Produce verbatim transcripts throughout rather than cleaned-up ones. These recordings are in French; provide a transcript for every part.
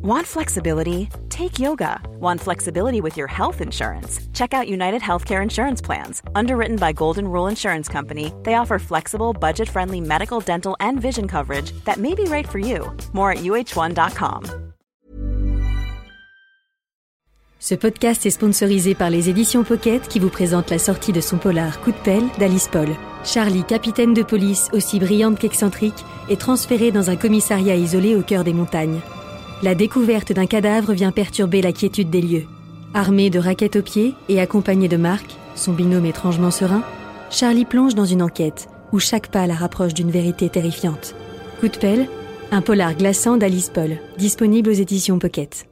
Want flexibility? Take yoga. Want flexibility with your health insurance? Check out United Healthcare Insurance Plans. Underwritten by Golden Rule Insurance Company, they offer flexible, budget-friendly medical, dental, and vision coverage that may be right for you. More at U H one dot com. Ce podcast est sponsorisé par les éditions Pocket qui vous présentent la sortie de son polar Coup de pelle d'Alice Paul. Charlie, capitaine de police aussi brillante qu'excentrique, est transféré dans un commissariat isolé au cœur des montagnes. La découverte d'un cadavre vient perturber la quiétude des lieux. Armé de raquettes aux pieds et accompagné de Marc, son binôme étrangement serein, Charlie plonge dans une enquête où chaque pas la rapproche d'une vérité terrifiante. Coup de pelle, un polar glaçant d'Alice Paul, disponible aux éditions Pocket.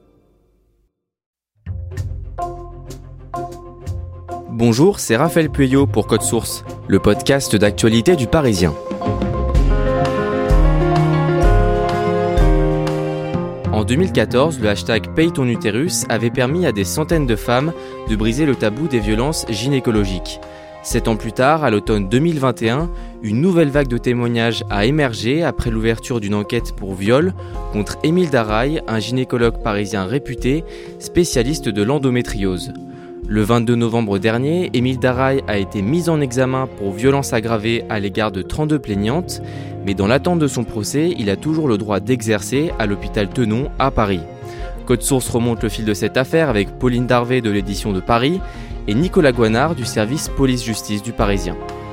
Bonjour, c'est Raphaël Pueyo pour Code Source, le podcast d'actualité du Parisien. En deux mille quatorze, le hashtag Paye ton utérus avait permis à des centaines de femmes de briser le tabou des violences gynécologiques. Sept ans plus tard, à l'automne deux mille vingt et un, une nouvelle vague de témoignages a émergé après l'ouverture d'une enquête pour viol contre Émile Daraille, un gynécologue parisien réputé, spécialiste de l'endométriose. Le vingt-deux novembre dernier, Émile Daraille a été mis en examen pour violence aggravée à l'égard de trente-deux plaignantes, mais dans l'attente de son procès, il a toujours le droit d'exercer à l'hôpital Tenon à Paris. Code Source remonte le fil de cette affaire avec Pauline Darvé de l'édition de Paris et Nicolas Guanard du service police-justice du Parisien.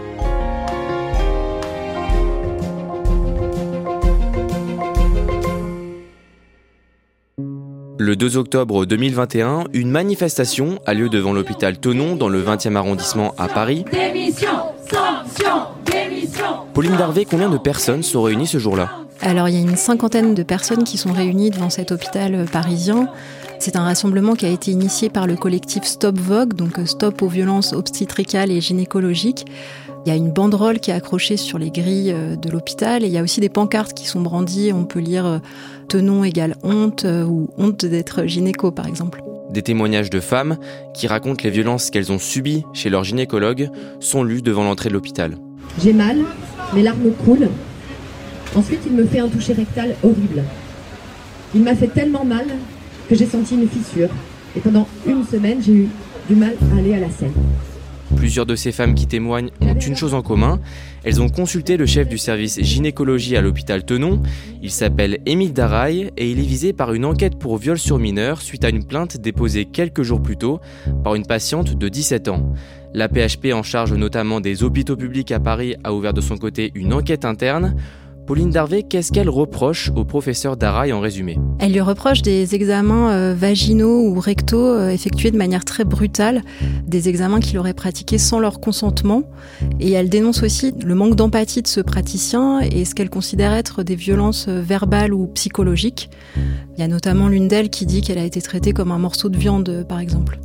Le deux octobre deux mille vingt et un, une manifestation a lieu devant l'hôpital Tenon dans le vingtième arrondissement à Paris. Démission, sanction, démission. Pauline Darvé, combien de personnes sont réunies ce jour-là ? Alors il y a une cinquantaine de personnes qui sont réunies devant cet hôpital parisien. C'est un rassemblement qui a été initié par le collectif Stop Vogue, donc Stop aux violences obstétricales et gynécologiques. Il y a une banderole qui est accrochée sur les grilles de l'hôpital et il y a aussi des pancartes qui sont brandies. On peut lire « Tenon égale honte » ou « honte d'être gynéco » par exemple. Des témoignages de femmes qui racontent les violences qu'elles ont subies chez leur gynécologue sont lus devant l'entrée de l'hôpital. J'ai mal, mes larmes coulent. Ensuite, il me fait un toucher rectal horrible. Il m'a fait tellement mal que j'ai senti une fissure. Et pendant une semaine, j'ai eu du mal à aller à la selle. Plusieurs de ces femmes qui témoignent ont une chose en commun, elles ont consulté le chef du service gynécologie à l'hôpital Tenon. Il s'appelle Émile Daraille et il est visé par une enquête pour viol sur mineur suite à une plainte déposée quelques jours plus tôt par une patiente de dix-sept ans. La P H P en charge notamment des hôpitaux publics à Paris a ouvert de son côté une enquête interne. Pauline Darvé, qu'est-ce qu'elle reproche au professeur Daraille en résumé ? Elle lui reproche des examens euh, vaginaux ou rectaux euh, effectués de manière très brutale, des examens qu'il aurait pratiqués sans leur consentement. Et elle dénonce aussi le manque d'empathie de ce praticien et ce qu'elle considère être des violences verbales ou psychologiques. Il y a notamment l'une d'elles qui dit qu'elle a été traitée comme un morceau de viande, par exemple.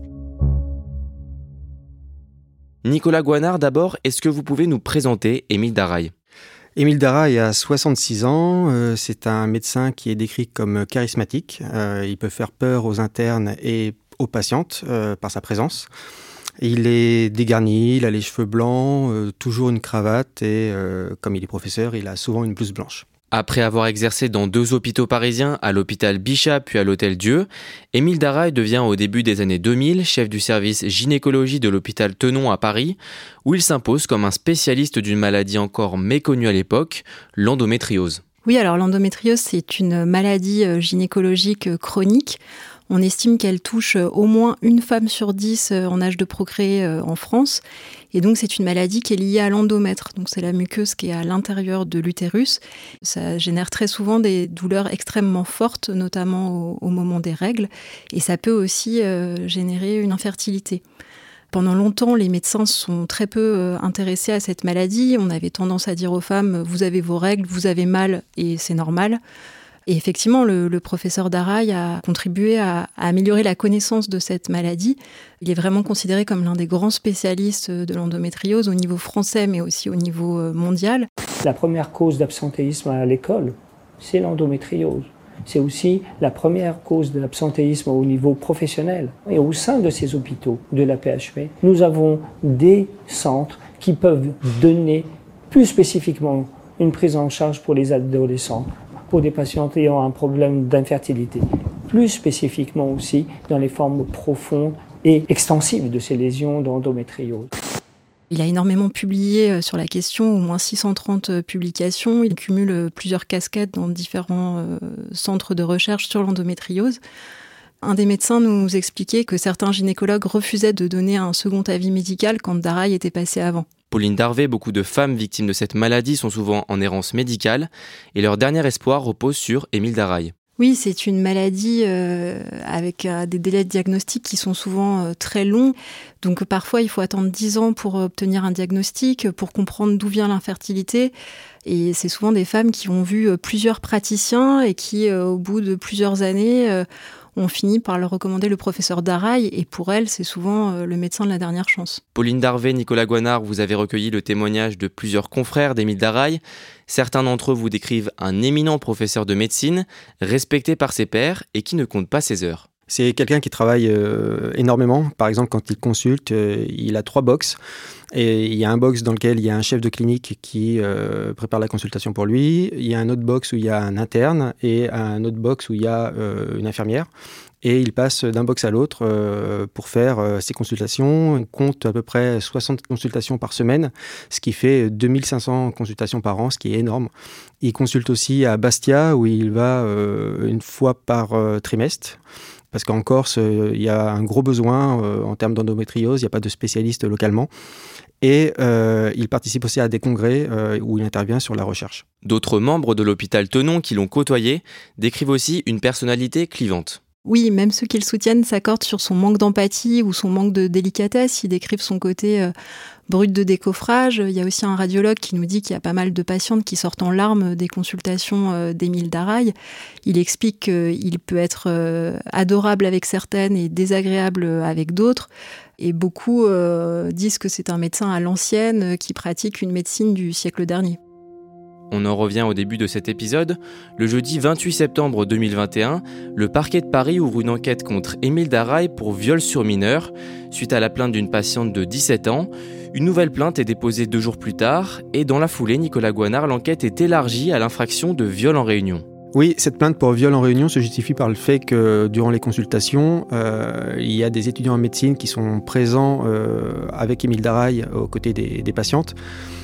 Nicolas Guanard, d'abord, est-ce que vous pouvez nous présenter Émile Daraille ? Émile Daraille a soixante-six ans, euh, c'est un médecin qui est décrit comme charismatique. Euh, il peut faire peur aux internes et aux patientes euh, par sa présence. Il est dégarni, il a les cheveux blancs, euh, toujours une cravate et euh, comme il est professeur, il a souvent une blouse blanche. Après avoir exercé dans deux hôpitaux parisiens, à l'hôpital Bichat puis à l'hôtel Dieu, Émile Daraille devient au début des années deux mille chef du service gynécologie de l'hôpital Tenon à Paris, où il s'impose comme un spécialiste d'une maladie encore méconnue à l'époque, l'endométriose. Oui, alors l'endométriose, c'est une maladie gynécologique chronique. On estime qu'elle touche au moins une femme sur dix en âge de procréer en France. Et donc, c'est une maladie qui est liée à l'endomètre. Donc, c'est la muqueuse qui est à l'intérieur de l'utérus. Ça génère très souvent des douleurs extrêmement fortes, notamment au, au moment des règles. Et ça peut aussi euh, générer une infertilité. Pendant longtemps, les médecins sont très peu intéressés à cette maladie. On avait tendance à dire aux femmes « vous avez vos règles, vous avez mal et c'est normal ». Et effectivement, le, le professeur Daraille a contribué à, à améliorer la connaissance de cette maladie. Il est vraiment considéré comme l'un des grands spécialistes de l'endométriose au niveau français, mais aussi au niveau mondial. La première cause d'absentéisme à l'école, c'est l'endométriose. C'est aussi la première cause d'absentéisme au niveau professionnel. Et au sein de ces hôpitaux de la P H P, nous avons des centres qui peuvent donner plus spécifiquement une prise en charge pour les adolescents, pour des patientes ayant un problème d'infertilité. plus spécifiquement aussi dans les formes profondes et extensives de ces lésions d'endométriose. Il a énormément publié sur la question, au moins six cent trente publications. Il cumule plusieurs casquettes dans différents centres de recherche sur l'endométriose. Un des médecins nous expliquait que certains gynécologues refusaient de donner un second avis médical quand Darail était passé avant. Pauline Darvé, beaucoup de femmes victimes de cette maladie sont souvent en errance médicale et leur dernier espoir repose sur Émile Darail. Oui, c'est une maladie euh, avec euh, des délais de diagnostic qui sont souvent euh, très longs. Donc parfois, il faut attendre dix ans pour obtenir un diagnostic, pour comprendre d'où vient l'infertilité. Et c'est souvent des femmes qui ont vu euh, plusieurs praticiens et qui, euh, au bout de plusieurs années, euh, ont fini par leur recommander le professeur Darail. Et pour elles, c'est souvent euh, le médecin de la dernière chance. Pauline Darvé, Nicolas Guanard, vous avez recueilli le témoignage de plusieurs confrères d'Émile Darail. Certains d'entre eux vous décrivent un éminent professeur de médecine, respecté par ses pairs et qui ne compte pas ses heures. C'est quelqu'un qui travaille euh, énormément. Par exemple, quand il consulte, euh, il a trois box. Et il y a un box dans lequel il y a un chef de clinique qui euh, prépare la consultation pour lui. Il y a un autre box où il y a un interne et un autre box où il y a euh, une infirmière. Et il passe d'un box à l'autre euh, pour faire euh, ses consultations. Il compte à peu près soixante consultations par semaine, ce qui fait deux mille cinq cents consultations par an, ce qui est énorme. Il consulte aussi à Bastia, où il va euh, une fois par euh, trimestre. Parce qu'en Corse, euh, il y a un gros besoin euh, en termes d'endométriose, il n'y a pas de spécialistes localement. Et euh, il participe aussi à des congrès euh, où il intervient sur la recherche. D'autres membres de l'hôpital Tenon qui l'ont côtoyé décrivent aussi une personnalité clivante. Oui, même ceux qui le soutiennent s'accordent sur son manque d'empathie ou son manque de délicatesse. Ils décrivent son côté euh, brut de décoffrage. Il y a aussi un radiologue qui nous dit qu'il y a pas mal de patientes qui sortent en larmes des consultations euh, d'Émile Darail. Il explique qu'il peut être euh, adorable avec certaines et désagréable avec d'autres. Et beaucoup euh, disent que c'est un médecin à l'ancienne euh, qui pratique une médecine du siècle dernier. On en revient au début de cet épisode. Le jeudi vingt-huit septembre deux mille vingt et un, le parquet de Paris ouvre une enquête contre Émile Darail pour viol sur mineur. Suite à la plainte d'une patiente de dix-sept ans, une nouvelle plainte est déposée deux jours plus tard. Et dans la foulée, Nicolas Guanard, l'enquête est élargie à l'infraction de viol en réunion. Oui, cette plainte pour viol en réunion se justifie par le fait que durant les consultations, euh, il y a des étudiants en médecine qui sont présents euh, avec Émile Darail aux côtés des, des patientes.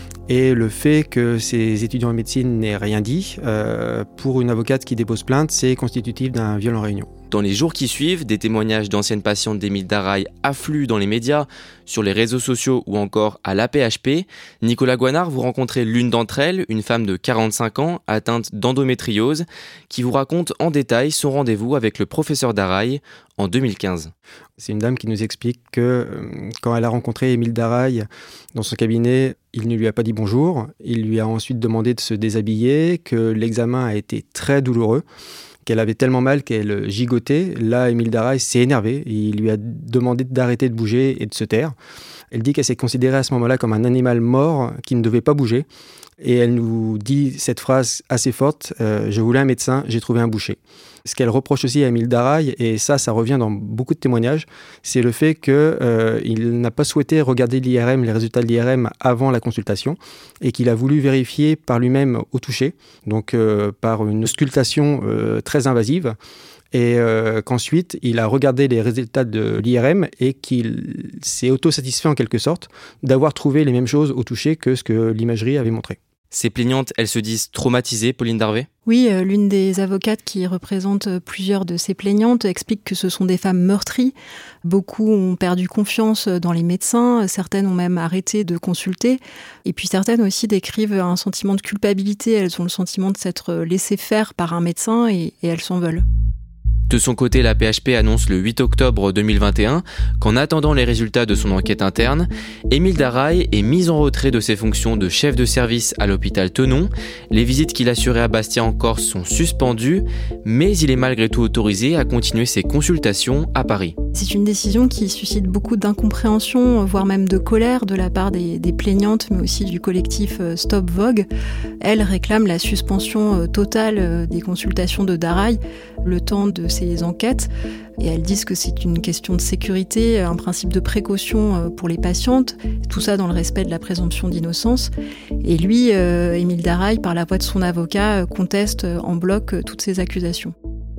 Et le fait que ces étudiants en médecine n'aient rien dit, euh, pour une avocate qui dépose plainte, c'est constitutif d'un viol en réunion. Dans les jours qui suivent, des témoignages d'anciennes patientes d'Émile Darail affluent dans les médias, sur les réseaux sociaux ou encore à l'A P H P. Nicolas Guanard, vous rencontrez l'une d'entre elles, une femme de quarante-cinq ans, atteinte d'endométriose, qui vous raconte en détail son rendez-vous avec le professeur Darail en deux mille quinze. C'est une dame qui nous explique que euh, quand elle a rencontré Émile Darail dans son cabinet, il ne lui a pas dit bonjour. Il lui a ensuite demandé de se déshabiller, que l'examen a été très douloureux, qu'elle avait tellement mal qu'elle gigotait. Là, Émile Darail s'est énervé. Il lui a demandé d'arrêter de bouger et de se taire. Elle dit qu'elle s'est considérée à ce moment-là comme un animal mort qui ne devait pas bouger. Et elle nous dit cette phrase assez forte, euh, « Je voulais un médecin, j'ai trouvé un boucher ». Ce qu'elle reproche aussi à Émile Darail, et ça, ça revient dans beaucoup de témoignages, c'est le fait qu'il euh, n'a pas souhaité regarder l'I R M, les résultats de l'I R M avant la consultation, et qu'il a voulu vérifier par lui-même au toucher, donc euh, par une auscultation euh, très invasive, et euh, qu'ensuite il a regardé les résultats de l'I R M et qu'il s'est autosatisfait en quelque sorte d'avoir trouvé les mêmes choses au toucher que ce que l'imagerie avait montré. Ces plaignantes, elles se disent traumatisées, Pauline Darvé ? Oui, euh, l'une des avocates qui représente plusieurs de ces plaignantes explique que ce sont des femmes meurtries. Beaucoup ont perdu confiance dans les médecins, certaines ont même arrêté de consulter. Et puis certaines aussi décrivent un sentiment de culpabilité, elles ont le sentiment de s'être laissées faire par un médecin et, et elles s'en veulent. De son côté, la P H P annonce le huit octobre deux mille vingt et un qu'en attendant les résultats de son enquête interne, Émile Darail est mis en retrait de ses fonctions de chef de service à l'hôpital Tenon. Les visites qu'il assurait à Bastia en Corse sont suspendues, mais il est malgré tout autorisé à continuer ses consultations à Paris. C'est une décision qui suscite beaucoup d'incompréhension, voire même de colère de la part des, des plaignantes, mais aussi du collectif Stop Vogue. Elles réclament la suspension totale des consultations de Darail, le temps de ces enquêtes. Et elles disent que c'est une question de sécurité, un principe de précaution pour les patientes, tout ça dans le respect de la présomption d'innocence. Et lui, euh, Émile Darail, par la voix de son avocat, conteste en bloc toutes ces accusations.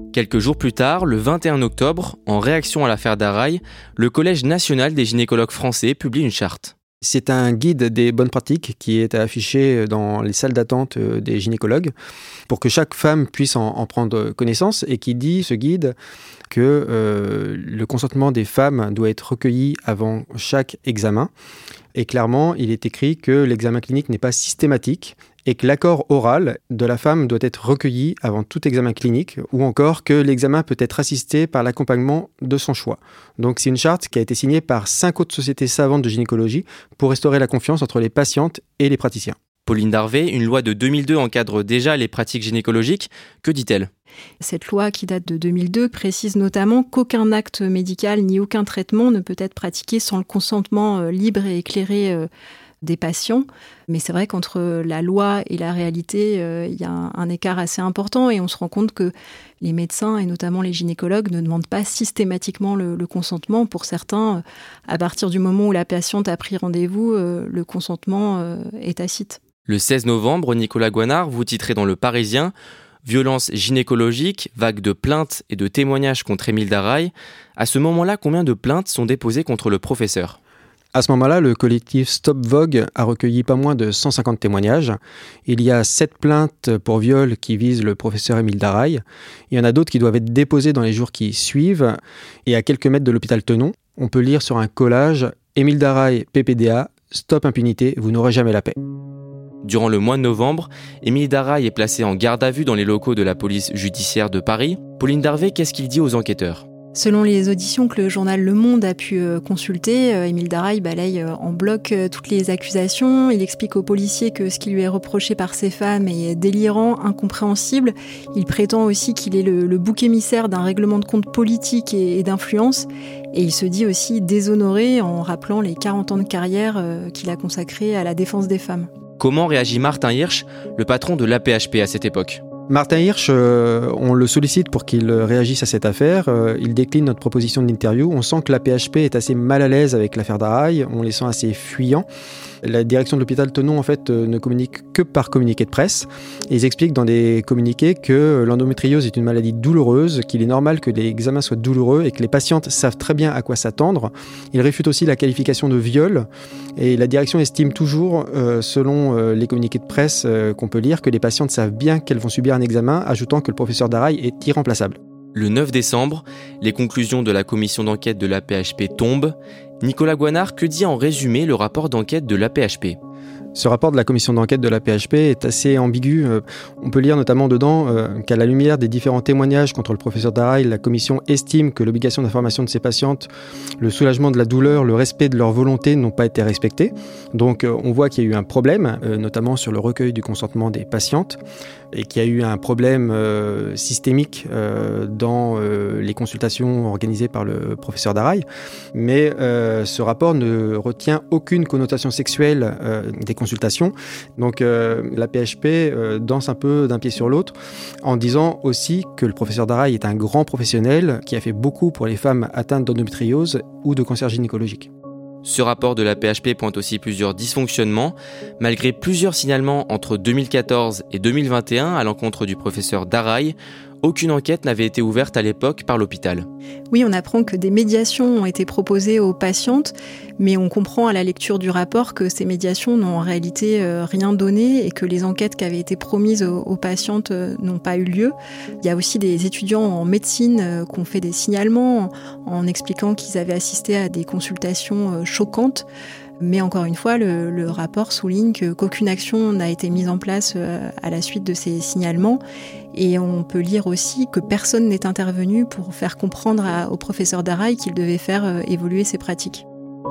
Quelques jours plus tard, le vingt et un octobre, en réaction à l'affaire Darail, le Collège national des gynécologues français publie une charte. C'est un guide des bonnes pratiques qui est affiché dans les salles d'attente des gynécologues pour que chaque femme puisse en, en prendre connaissance et qui dit, ce guide, que euh, le consentement des femmes doit être recueilli avant chaque examen. Et clairement, il est écrit que l'examen clinique n'est pas systématique et que l'accord oral de la femme doit être recueilli avant tout examen clinique, ou encore que l'examen peut être assisté par l'accompagnement de son choix. Donc c'est une charte qui a été signée par cinq autres sociétés savantes de gynécologie pour restaurer la confiance entre les patientes et les praticiens. Pauline Darvé, une loi de deux mille deux encadre déjà les pratiques gynécologiques. Que dit-elle ? Cette loi qui date de deux mille deux précise notamment qu'aucun acte médical ni aucun traitement ne peut être pratiqué sans le consentement libre et éclairé des patients. Mais c'est vrai qu'entre la loi et la réalité, il y a un, un écart assez important et on se rend compte que les médecins et notamment les gynécologues ne demandent pas systématiquement le, le consentement. Pour certains, à partir du moment où la patiente a pris rendez-vous, le consentement est tacite. Le seize novembre, Nicolas Goinard, vous titrez dans Le Parisien « Violence gynécologique, vague de plaintes et de témoignages contre Émile Darail ». À ce moment-là, combien de plaintes sont déposées contre le professeur ? À ce moment-là, le collectif Stop Vogue a recueilli pas moins de cent cinquante témoignages. Il y a sept plaintes pour viol qui visent le professeur Émile Darail. Il y en a d'autres qui doivent être déposées dans les jours qui suivent. Et à quelques mètres de l'hôpital Tenon, on peut lire sur un collage « Émile Darail, P P D A, stop impunité, vous n'aurez jamais la paix ». Durant le mois de novembre, Émile Darail est placé en garde à vue dans les locaux de la police judiciaire de Paris. Pauline Darvé, qu'est-ce qu'il dit aux enquêteurs ? Selon les auditions que le journal Le Monde a pu consulter, Émile Darail balaye en bloc toutes les accusations. Il explique aux policiers que ce qui lui est reproché par ces femmes est délirant, incompréhensible. Il prétend aussi qu'il est le, le bouc émissaire d'un règlement de compte politique et, et d'influence. Et il se dit aussi déshonoré en rappelant les quarante ans de carrière qu'il a consacrés à la défense des femmes. Comment réagit Martin Hirsch, le patron de l'A P H P à cette époque ? Martin Hirsch, euh, on le sollicite pour qu'il réagisse à cette affaire. Euh, il décline notre proposition d'interview. On sent que l'A P H P est assez mal à l'aise avec l'affaire Darail. On les sent assez fuyants. La direction de l'hôpital Tenon, en fait, euh, ne communique que par communiqué de presse. Et ils expliquent dans des communiqués que l'endométriose est une maladie douloureuse, qu'il est normal que les examens soient douloureux et que les patientes savent très bien à quoi s'attendre. Ils réfutent aussi la qualification de viol. Et la direction estime toujours, euh, selon euh, les communiqués de presse euh, qu'on peut lire, que les patientes savent bien qu'elles vont subir un examen, ajoutant que le professeur Darail est irremplaçable. Le neuf décembre, les conclusions de la commission d'enquête de l'A P H P tombent. Nicolas Goinard, que dit en résumé le rapport d'enquête de l'A P H P ? Ce rapport de la commission d'enquête de l'A P H P est assez ambigu. On peut lire notamment dedans euh, qu'à la lumière des différents témoignages contre le professeur Darail, la commission estime que l'obligation d'information de ses patientes, le soulagement de la douleur, le respect de leur volonté n'ont pas été respectés. Donc euh, on voit qu'il y a eu un problème, euh, notamment sur le recueil du consentement des patientes, et qu'il y a eu un problème euh, systémique euh, dans euh, les consultations organisées par le professeur Darail. Mais euh, ce rapport ne retient aucune connotation sexuelle euh, des consultations. Donc euh, l'A P H P euh, danse un peu d'un pied sur l'autre en disant aussi que le professeur Darail est un grand professionnel qui a fait beaucoup pour les femmes atteintes d'endométriose ou de cancer gynécologique. Ce rapport de l'A P H P pointe aussi plusieurs dysfonctionnements. Malgré plusieurs signalements entre deux mille quatorze et deux mille vingt et un à l'encontre du professeur Darail, aucune enquête n'avait été ouverte à l'époque par l'hôpital. Oui, on apprend que des médiations ont été proposées aux patientes, mais on comprend à la lecture du rapport que ces médiations n'ont en réalité rien donné et que les enquêtes qui avaient été promises aux patientes n'ont pas eu lieu. Il y a aussi des étudiants en médecine qui ont fait des signalements en expliquant qu'ils avaient assisté à des consultations choquantes. Mais encore une fois, le, le rapport souligne que, qu'aucune action n'a été mise en place à la suite de ces signalements. Et on peut lire aussi que personne n'est intervenu pour faire comprendre à, au professeur Darail qu'il devait faire évoluer ses pratiques.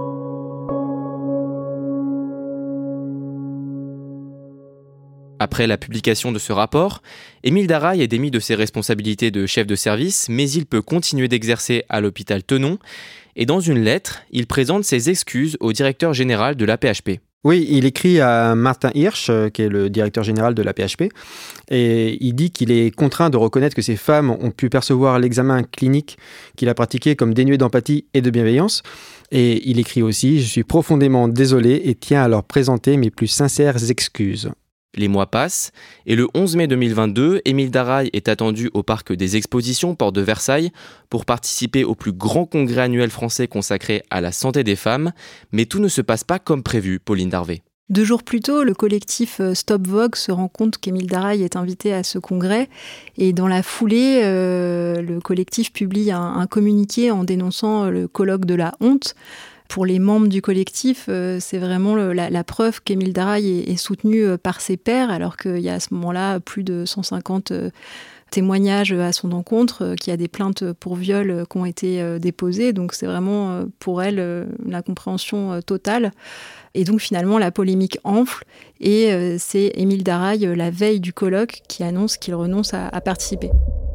Après la publication de ce rapport, Émile Darail est démis de ses responsabilités de chef de service, mais il peut continuer d'exercer à l'hôpital Tenon. Et dans une lettre, il présente ses excuses au directeur général de l'A P H P. Oui, il écrit à Martin Hirsch, qui est le directeur général de l'A P H P, et il dit qu'il est contraint de reconnaître que ces femmes ont pu percevoir l'examen clinique qu'il a pratiqué comme dénué d'empathie et de bienveillance. Et il écrit aussi « Je suis profondément désolé et tiens à leur présenter mes plus sincères excuses ». Les mois passent et le onze mai deux mille vingt-deux, Émile Daraille est attendu au Parc des Expositions, porte de Versailles, pour participer au plus grand congrès annuel français consacré à la santé des femmes. Mais tout ne se passe pas comme prévu, Pauline Darvé. Deux jours plus tôt, le collectif Stop Vogue se rend compte qu'Émile Daraille est invité à ce congrès. Et dans la foulée, euh, le collectif publie un, un communiqué en dénonçant le colloque de la honte. Pour les membres du collectif, euh, c'est vraiment le, la, la preuve qu'Émile Daraille est, est soutenu par ses pairs, alors qu'il y a à ce moment-là plus de cent cinquante euh, témoignages à son encontre, euh, qu'il y a des plaintes pour viol euh, qui ont été euh, déposées. Donc c'est vraiment euh, pour elle euh, la compréhension euh, totale. Et donc finalement, la polémique enfle et euh, c'est Émile Daraille, euh, la veille du colloque, qui annonce qu'il renonce à, à participer.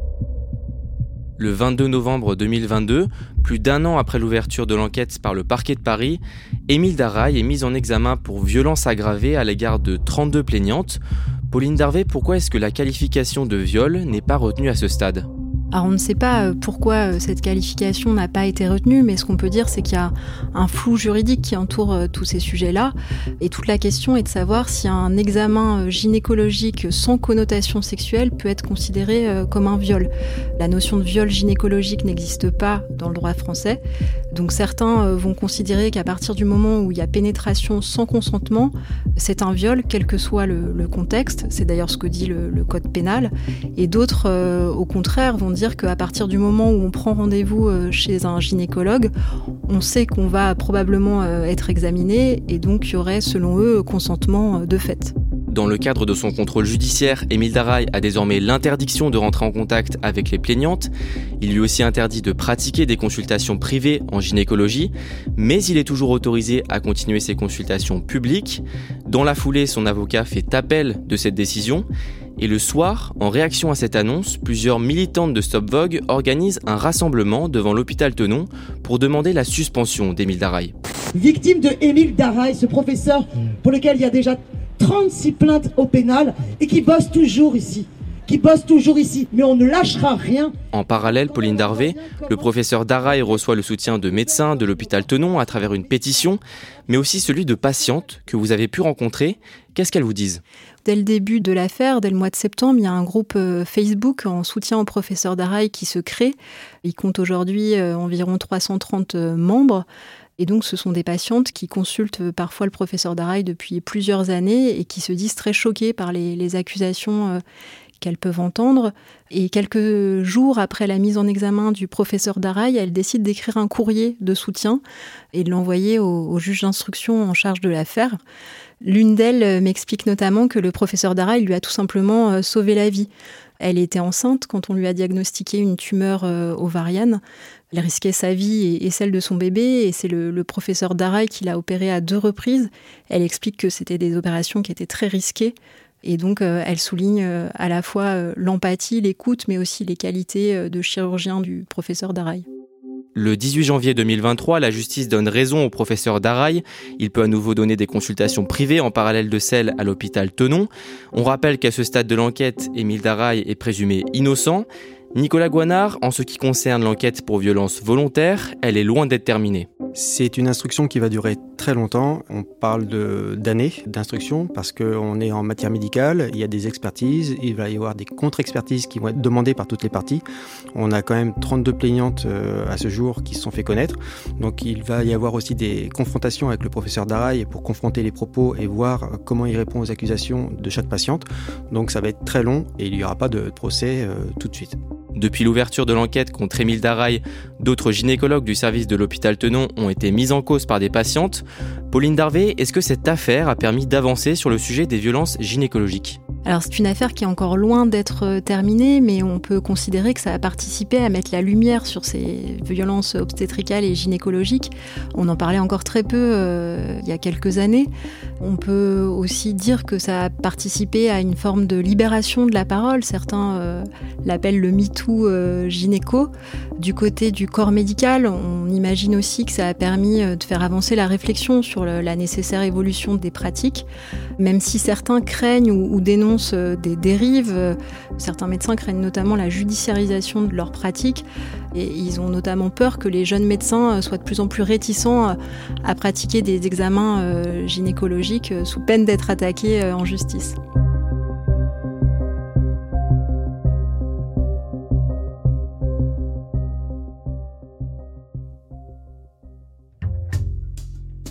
Le vingt-deux novembre deux mille vingt-deux, plus d'un an après l'ouverture de l'enquête par le parquet de Paris, Émile Daraille est mis en examen pour violence aggravée à l'égard de trente-deux plaignantes. Pauline Darvé, pourquoi est-ce que la qualification de viol n'est pas retenue à ce stade ? Alors on ne sait pas pourquoi cette qualification n'a pas été retenue, mais ce qu'on peut dire, c'est qu'il y a un flou juridique qui entoure tous ces sujets-là. Et toute la question est de savoir si un examen gynécologique sans connotation sexuelle peut être considéré comme un viol. La notion de viol gynécologique n'existe pas dans le droit français. Donc certains vont considérer qu'à partir du moment où il y a pénétration sans consentement, c'est un viol, quel que soit le, le contexte. C'est d'ailleurs ce que dit le, le code pénal. Et d'autres, euh, au contraire, vont dire qu'à partir du moment où on prend rendez-vous chez un gynécologue, on sait qu'on va probablement être examiné et donc il y aurait, selon eux, consentement de fait. Dans le cadre de son contrôle judiciaire, Émile Daraille a désormais l'interdiction de rentrer en contact avec les plaignantes. Il lui est aussi interdit de pratiquer des consultations privées en gynécologie, mais il est toujours autorisé à continuer ses consultations publiques. Dans la foulée, son avocat fait appel de cette décision. Et le soir, en réaction à cette annonce, plusieurs militantes de Stop Vogue organisent un rassemblement devant l'hôpital Tenon pour demander la suspension d'Émile Daraille. Victime de Émile Daraille, ce professeur pour lequel il y a déjà trente-six plaintes au pénal et qui bosse toujours ici. qui bosse toujours ici, mais on ne lâchera rien. En parallèle, Pauline Darvé, le professeur Daraille reçoit le soutien de médecins de l'hôpital Tenon à travers une pétition, mais aussi celui de patientes que vous avez pu rencontrer. Qu'est-ce qu'elles vous disent ? Dès le début de l'affaire, dès le mois de septembre, il y a un groupe Facebook en soutien au professeur Daraille qui se crée. Il compte aujourd'hui environ trois cent trente membres. Et donc, ce sont des patientes qui consultent parfois le professeur Daraille depuis plusieurs années et qui se disent très choquées par les, les accusations qu'elles peuvent entendre. Et quelques jours après la mise en examen du professeur Daraille, elles décident d'écrire un courrier de soutien et de l'envoyer au, au juge d'instruction en charge de l'affaire. L'une d'elles m'explique notamment que le professeur Daraille lui a tout simplement sauvé la vie. Elle était enceinte quand on lui a diagnostiqué une tumeur ovarienne. Elle risquait sa vie et celle de son bébé et c'est le, le professeur Daraille qui l'a opérée à deux reprises. Elle explique que c'était des opérations qui étaient très risquées et donc euh, elle souligne euh, à la fois euh, l'empathie, l'écoute, mais aussi les qualités euh, de chirurgien du professeur Daraille. Le dix-huit janvier deux mille vingt-trois, la justice donne raison au professeur Daraille. Il peut à nouveau donner des consultations privées en parallèle de celles à l'hôpital Tenon. On rappelle qu'à ce stade de l'enquête, Émile Daraille est présumé innocent. Nicolas Goinard, en ce qui concerne l'enquête pour violence volontaire, elle est loin d'être terminée. C'est une instruction qui va durer très longtemps. On parle de, d'années d'instruction parce qu'on est en matière médicale, il y a des expertises, il va y avoir des contre-expertises qui vont être demandées par toutes les parties. On a quand même trente-deux plaignantes euh, à ce jour qui se sont fait connaître. Donc il va y avoir aussi des confrontations avec le professeur Daraille pour confronter les propos et voir comment il répond aux accusations de chaque patiente. Donc ça va être très long et il n'y aura pas de procès euh, tout de suite. Depuis l'ouverture de l'enquête contre Émile Daraille, d'autres gynécologues du service de l'hôpital Tenon ont été mis en cause par des patientes. Pauline Darvé, est-ce que cette affaire a permis d'avancer sur le sujet des violences gynécologiques ? Alors c'est une affaire qui est encore loin d'être terminée, mais on peut considérer que ça a participé à mettre la lumière sur ces violences obstétricales et gynécologiques. On en parlait encore très peu euh, il y a quelques années. On peut aussi dire que ça a participé à une forme de libération de la parole. Certains euh, l'appellent le MeToo euh, gynéco. Du côté du corps médical, on imagine aussi que ça a permis de faire avancer la réflexion sur le, la nécessaire évolution des pratiques, même si certains craignent ou, ou dénoncent des dérives. Certains médecins craignent notamment la judiciarisation de leurs pratiques et ils ont notamment peur que les jeunes médecins soient de plus en plus réticents à pratiquer des examens gynécologiques sous peine d'être attaqués en justice.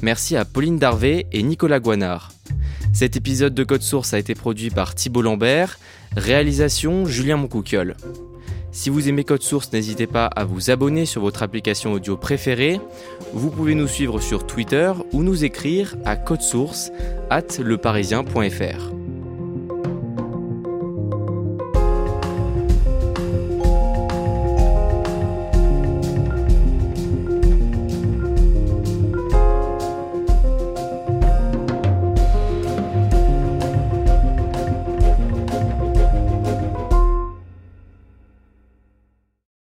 Merci à Pauline Darvé et Nicolas Guanard. Cet épisode de Code Source a été produit par Thibault Lambert, réalisation Julien Moncouquiol. Si vous aimez Code Source, n'hésitez pas à vous abonner sur votre application audio préférée. Vous pouvez nous suivre sur Twitter ou nous écrire à codesource arobase leparisien point fr.